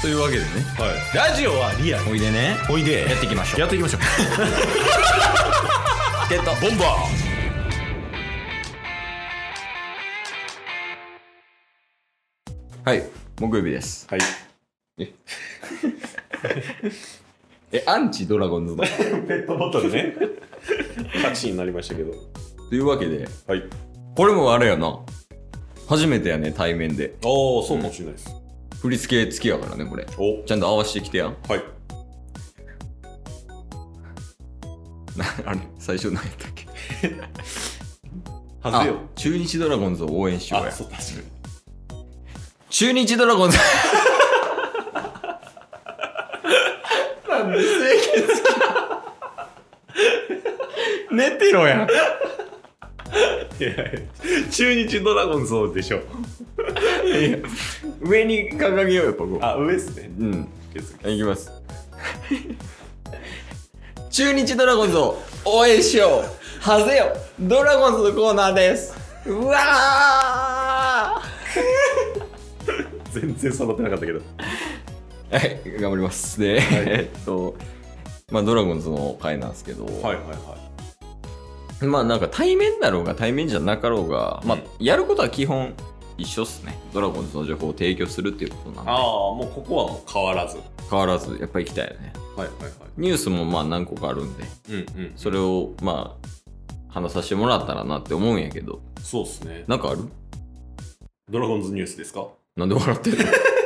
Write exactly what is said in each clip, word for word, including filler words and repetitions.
というわけでね、 はい、ラジオはリアル。 おいでね、 おいでやっていきましょう。 やっていきましょうゲットボンバー。はい、木曜日です。 はい。 ええ、アンチドラゴンズのペットボトルね勝ちになりましたけど。 というわけで、 はい、 これもあれやな、初めてやね、対面で。 ああ、そうかもしれないです、 うん、振り付け付きやからね、これ。 お、 ちゃんと合わせてきてやん。 はいあれ最初何やったっけはずよ。 中日ドラゴンズを応援しようや。 あ、そう、確かに中日ドラゴンズなんで清潔寝てろやん。 いやいや、中日ドラゴンズでしょいや、上に掲げようよ、ここ。 あ、上っすね。 うん、いきます中日ドラゴンズを応援しよう、はぜよドラゴンズのコーナーです。うわー全然揃ってなかったけど。 はい、頑張りますで、はい、えっとまあドラゴンズの回なんですけど、はいはいはい、まあなんか対面だろうが対面じゃなかろうが、うん、まあやることは基本一緒っすね。ドラゴンズの情報を提供するっていうことなんで。 ああ、もうここはもう変わらず変わらずやっぱり行きたいよね。はいはいはい。ニュースもまあ何個かあるんで、うんうん、それをまあ話させてもらったらなって思うんやけど。 そうっすね。 なんかある？ ドラゴンズニュースですか？ なんで笑ってるの？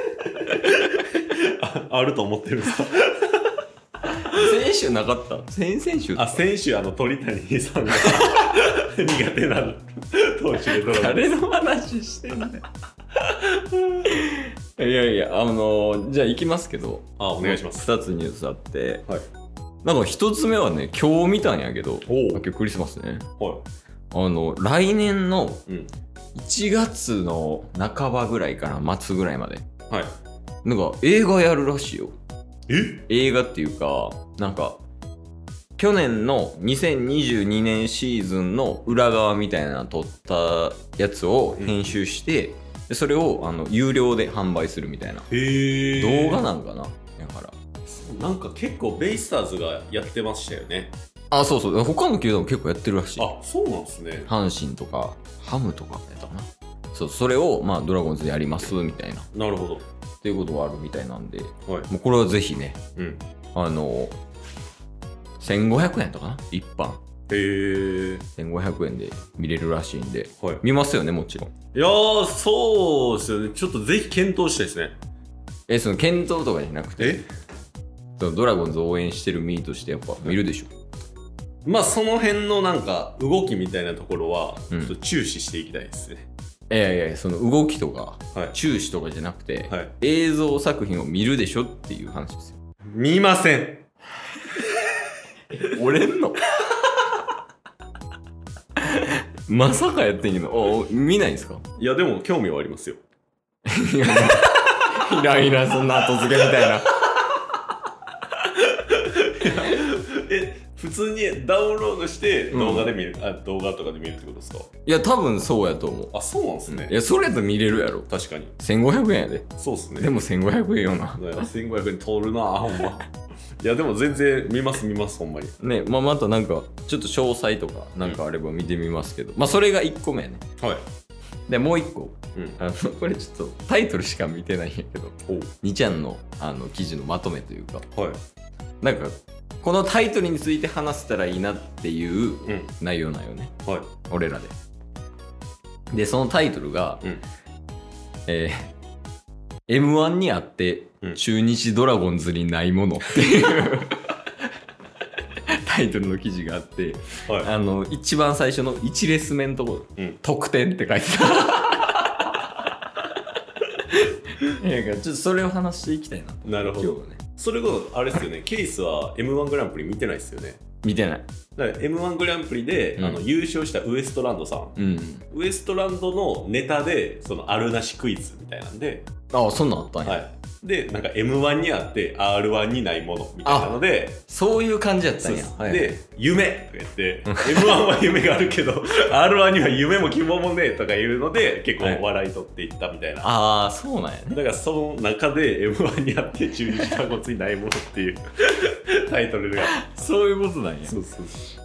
あ, あると思ってるんですか？ 先週なかった？先々週？あ、 先週あの鳥谷さんが苦手な投手でドラゴンズ。 誰の話してんねん。いやいや、あのー、じゃあ行きますけど。 あ、お願いします。 ふたつニュースあって、はい、なんかひとつめはね、今日見たんやけど、今日クリスマスね、はい、あの来年のいちがつの半ばぐらいから末ぐらいまで、はい、なんか映画やるらしいよ。 え？ 映画っていうか、なんか去年のにせんにじゅうにねんシーズンの裏側みたいなの撮ったやつを編集して、うん、でそれをあの有料で販売するみたいな。へー。動画なんかな。だからなんか結構ベイスターズがやってましたよね。 あ、そうそう、他の球団も結構やってるらしい。 あ、そうなんですね。 阪神とかハムとかやったかな。そう、それをまあドラゴンズでやりますみたいな。 なるほど。 っていうことがあるみたいなんで、はい、もうこれはぜひね、うん、あのせんごひゃくえんとかな、一般。へえ。せんごひゃくえんで見れるらしいんで、はい、見ますよね、もちろん。 いやー、そうですよね。ちょっとぜひ検討したいですね。 え、その検討とかじゃなくて、そのドラゴンズを応援してる身としてやっぱ見るでしょ。 まあその辺のなんか動きみたいなところはちょっと注視していきたいですね。 うん、いやいや、その動きとか、はい、注視とかじゃなくて、はい、映像作品を見るでしょっていう話ですよ。 見ません。 折れんのまさかやってんけど、見ないんですか？ いやでも興味はありますよ。 いらいら、そんな後付けみたいな。 え、普通にダウンロードして動画で見る、うん、あ、動画とかで見るってことですか？ いや多分そうやと思う。 あ、そうなんですね。 いや、それやったら見れるやろ。 確かにせんごひゃくえんやで。 そうっすね。 でもせんごひゃくえんよな。 せんごひゃくえん取るなほんま。いやでも全然見ます見ますほんまにね。まあ、またなんかちょっと詳細とかなんかあれば見てみますけど、うん、まあそれがいっこめやね。はい。でもういっこ、うん、あのこれちょっとタイトルしか見てないんやけど、にちゃんのあの記事のまとめというか、はい、なんかこのタイトルについて話せたらいいなっていう内容なんよね、うん、はい、俺らで。でそのタイトルが、うん、えーエムワン にあって中日ドラゴンズにないものっていうタイトルの記事があって、はい、あの一番最初のいちレス目のところ、うん、得点って書いてた。いや、ちょっとそれを話していきたいな。 なるほど。今日はね、それこそあれですよね。ケイスは エムワン グランプリ見てないですよね。 見てない。 だから エムワン グランプリで、うん、あの優勝したウエストランドさん、うん、ウエストランドのネタでそのあるなしクイズみたいなんで、 ああ、そんなんあったんや。 はい、 でなんか エムワン にあって アールワン にないものみたいなので、 そういう感じやったんや。 はいはい、で夢とか言って エムワン は夢があるけどアールワン には夢も希望もねえとか言うので結構笑い取っていったみたいな、 はい、ああそうなんやね。 だからその中で エムワン にあって中日ドラゴンズにないものっていうタイトルがそういうことなんや。 そうそうそう。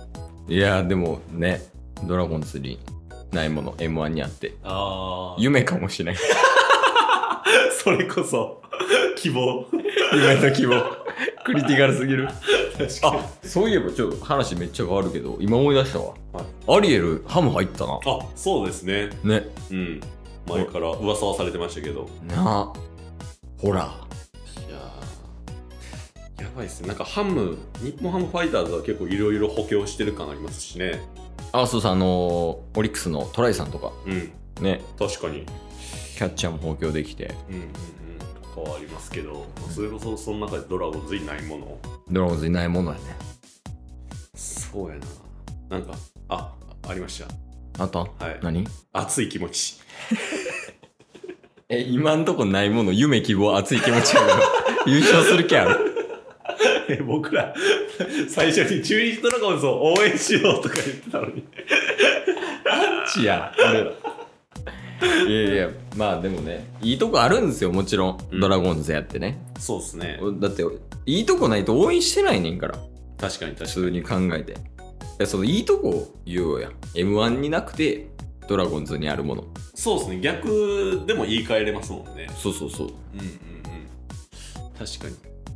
いやでもねドラゴンズにないもの エムワン にあってあ夢かもしれないそれこそ希望夢と希望クリティカルすぎる。確かに。あ、そういえばちょっと話めっちゃ変わるけど今思い出したわ、はい、アリエルハム入ったな。 あ、そうですね。 ね、 うん、前から噂はされてましたけどなあ。ほら、 いやーやばいっすね。なんかハム日本ハムファイターズは結構いろいろ補強してる感ありますしね。 あ、そうさ、あのー、オリックスのトライさんとか、 うん、 ね、 確かにキャッチャーも補強できて、 うんうんうんとかはありますけど、うん、それこそその中でドラゴンズにないものドラゴンズにないものやね。 そうやな。なんかあありました。 あった？はい。何？ 熱い気持ちえ、今んとこないもの、夢希望熱い気持ちやから優勝する気あるえ僕ら最初に中日ドラゴンズを応援しようとか言ってたのにアンチや俺ら。いやいや、まあでもね、いいとこあるんですよ、もちろん、うん、ドラゴンズやってね。 そうっすね。 だっていいとこないと応援してないねんから。 確かに確かに。 普通に考えて、いや、そのいいとこを言おうや。 エムワン になくてドラゴンズにあるもの。 そうですね、逆でも言い換えれますもんね。 そうそうそう。 うんうんうん。確かに。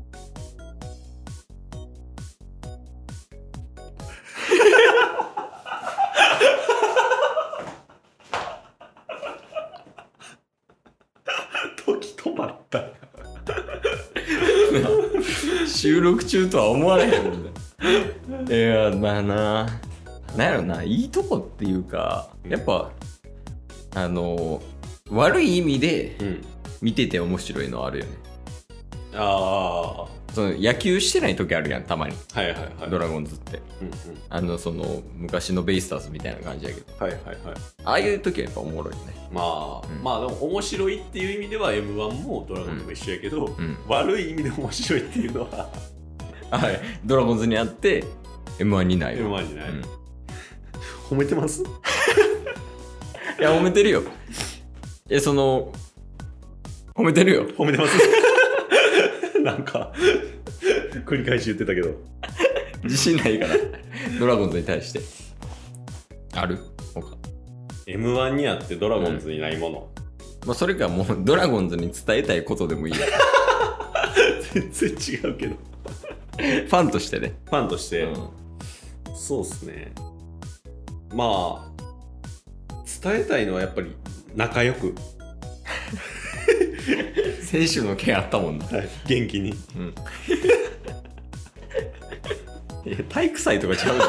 時止まった。 収録中とは思われへんもんね。いや、まあな、なんやろな、いいとこっていうか、やっぱあの悪い意味で見てて面白いのはあるよね。 うん、ああ。 その野球してない時あるやん、たまに。 はいはいはい。 ドラゴンズって、うんうん、あのその昔のベイスターズみたいな感じやけど、 はいはいはい。 ああいう時はやっぱおもろいね。 まあ、うん、まあでも面白いっていう意味では エムワン もドラゴンズも一緒やけど、うんうん、悪い意味で面白いっていうのははい、ドラゴンズにあって エムワン にない。 エムワン にない、うん、褒めてます？ いや、褒めてるよ。え、その褒めてるよ。 褒めてますなんか繰り返し言ってたけど自信ないからドラゴンズに対してある？他エムワン にあってドラゴンズにないもの、 うん、まあそれかもうドラゴンズに伝えたいことでもいいや全然違うけどファンとしてね。 ファンとして、うん、そうっすね。まあ伝えたいのはやっぱり仲良く選手の件あったもんな、 はい、元気に、うんいや体育祭とかちゃうの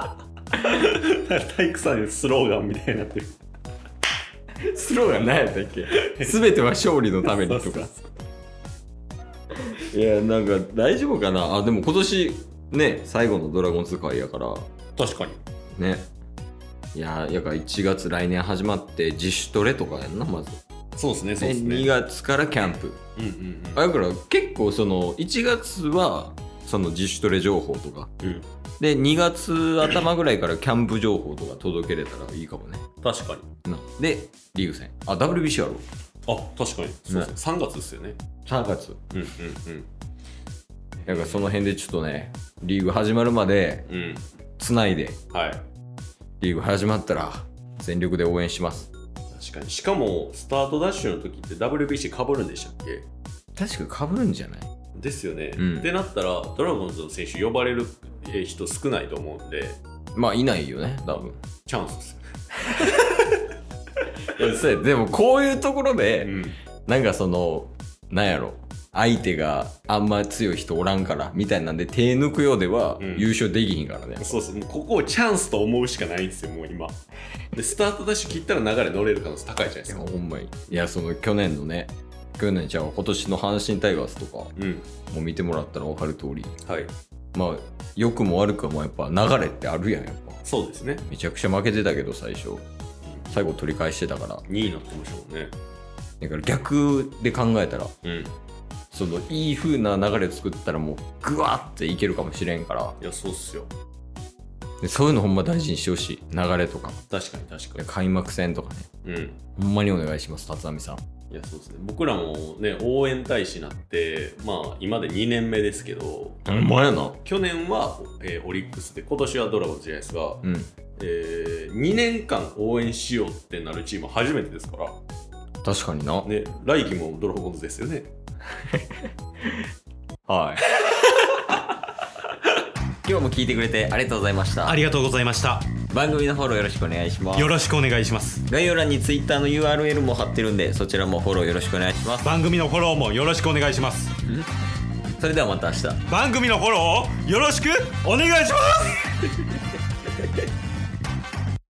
体育祭のスローガンみたいになってる。 スローガン何やったっけ？全ては勝利のためにとかいや、なんか大丈夫かなあ。でも今年ね最後のドラゴンズ会やから。 確かにね。いや、やからいちがつ来年始まって自主トレとかやんな、まず。 そうですね、そうですね。 にがつからキャンプ。うんうんうん。だから結構そのいちがつはその自主トレ情報とか、うん、でにがつ頭ぐらいからキャンプ情報とか届けれたらいいかもね。 確かに。 なでリーグ戦、あ ダブリュービーシー ある。 あ、確かに。そうですね。さんがつですよね。 さんがつ。 うんうんうん。 だからその辺でちょっとね、リーグ始まるまでつないで、 うん、はい。 リーグ始まったら全力で応援します。 確かに。しかもスタートダッシュの時って ダブリュービーシー 被るんでしたっけ？ 確か被るんじゃない？ ですよね、 うん、 ってなったらドラゴンズの選手呼ばれる人少ないと思うんで、 まあいないよね、多分。 チャンスですよでもこういうところで、 うん、 なんかそのなんやろ、相手があんま強い人おらんからみたいなんで手抜くようでは優勝できひんからね、 うん、そうそう。もうここをチャンスと思うしかないんですよ、もう今でスタートダッシュ切ったら流れ乗れる可能性高いじゃないですか。 いやほんまに。いや、その去年のね、去年じゃあ今年の阪神タイガースとか、うん、もう見てもらったら分かる通り、 はい、 まあ良くも悪くもやっぱ流れってあるやん。やっぱそうですね。 めちゃくちゃ負けてたけど最初、うん、最後取り返してたからにいになってましたもんね。 だから逆で考えたら、 うん、 そのいい風な流れを作ったらもうグワッていけるかもしれんから。 いやそうっすよ。 でそういうのほんま大事にしてほしい。流れとか。 確かに確かに。 開幕戦とかね。うん。ほんまにお願いします、辰巳さん。 いやそうですね。僕らもね応援大使になってまあ今でにねんめですけど。 ほんまやな。 去年は、えー、オリックスで今年はドラゴンズじゃないですか。うん。えー、にねんかん応援しようってなるチーム初めてですから。 確かにな。 ね、来季もドラゴンズですよね。 はい。今日も聞いてくれてありがとうございました。 ありがとうございました。 番組のフォローよろしくお願いします。 よろしくお願いします。 概要欄に Twitter の ユーアールエル も貼ってるんで、そちらもフォローよろしくお願いします。 番組のフォローもよろしくお願いします。 それではまた明日。 番組のフォローをよろしくお願いします。